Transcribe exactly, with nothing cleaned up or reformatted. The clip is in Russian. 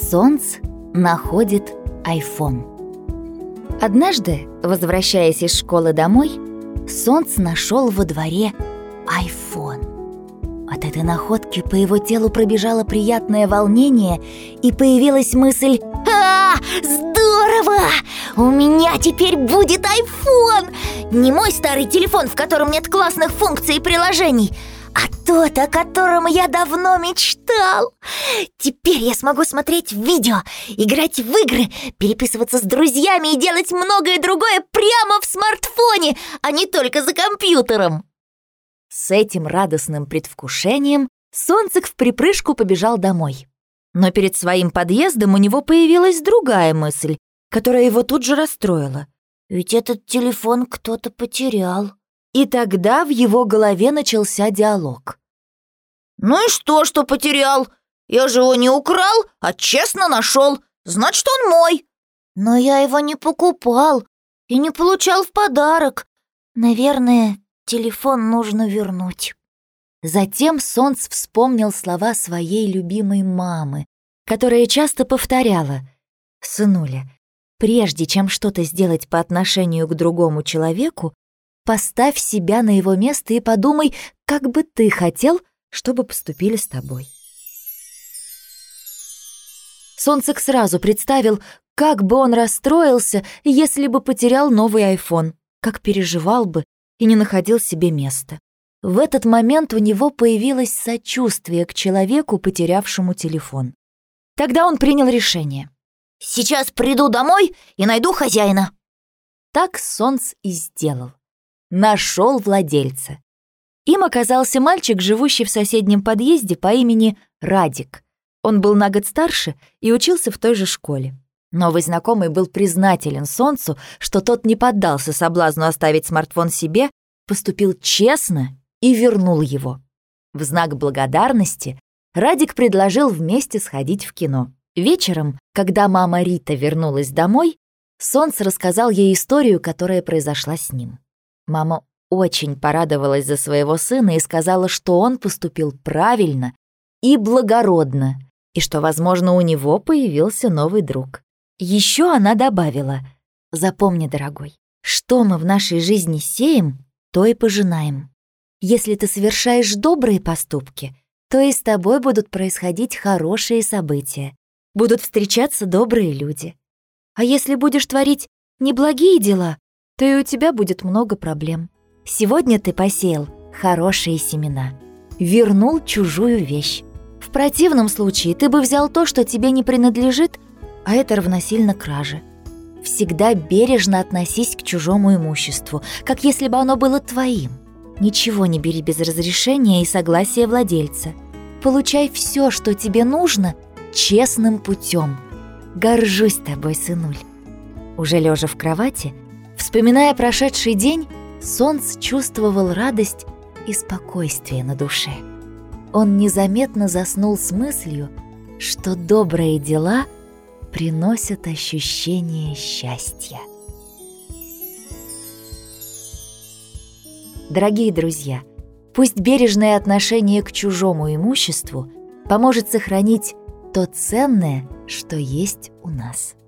Сонц находит айфон. Однажды, возвращаясь из школы домой, Сонц нашел во дворе айфон. От этой находки по его телу пробежало приятное волнение, и появилась мысль: «А, здорово! У меня теперь будет айфон! Не мой старый телефон, в котором нет классных функций и приложений, а тот, о котором я давно мечтал. Теперь я смогу смотреть видео, играть в игры, переписываться с друзьями и делать многое другое прямо в смартфоне, а не только за компьютером». С этим радостным предвкушением Сонцик вприпрыжку побежал домой. Но перед своим подъездом у него появилась другая мысль, которая его тут же расстроила. Ведь этот телефон кто-то потерял. И тогда в его голове начался диалог. «Ну и что, что потерял? Я же его не украл, а честно нашел. Значит, он мой. Но я его не покупал и не получал в подарок. Наверное, телефон нужно вернуть». Затем Сонц вспомнил слова своей любимой мамы, которая часто повторяла: «Сынуля, прежде чем что-то сделать по отношению к другому человеку, поставь себя на его место и подумай, как бы ты хотел, чтобы поступили с тобой». Сонцик сразу представил, как бы он расстроился, если бы потерял новый айфон, как переживал бы и не находил себе места. В этот момент у него появилось сочувствие к человеку, потерявшему телефон. Тогда он принял решение. «Сейчас приду домой и найду хозяина». Так Сонц и сделал. Нашел владельца. Им оказался мальчик, живущий в соседнем подъезде по имени Радик. Он был на год старше и учился в той же школе. Новый знакомый был признателен Сонцу, что тот не поддался соблазну оставить смартфон себе, поступил честно и вернул его. В знак благодарности Радик предложил вместе сходить в кино. Вечером, когда мама Рита вернулась домой, Сонц рассказал ей историю, которая произошла с ним. Мама очень порадовалась за своего сына и сказала, что он поступил правильно и благородно, и что, возможно, у него появился новый друг. Еще она добавила: «Запомни, дорогой, что мы в нашей жизни сеем, то и пожинаем. Если ты совершаешь добрые поступки, то и с тобой будут происходить хорошие события, будут встречаться добрые люди. А если будешь творить неблагие дела, то и у тебя будет много проблем. Сегодня ты посеял хорошие семена, вернул чужую вещь. В противном случае ты бы взял то, что тебе не принадлежит, а это равносильно краже. Всегда бережно относись к чужому имуществу, как если бы оно было твоим. Ничего не бери без разрешения и согласия владельца. Получай все, что тебе нужно, честным путем. Горжусь тобой, сынуль». Уже лежа в кровати, вспоминая прошедший день, Сонц чувствовал радость и спокойствие на душе. Он незаметно заснул с мыслью, что добрые дела приносят ощущение счастья. Дорогие друзья, пусть бережное отношение к чужому имуществу поможет сохранить то ценное, что есть у нас.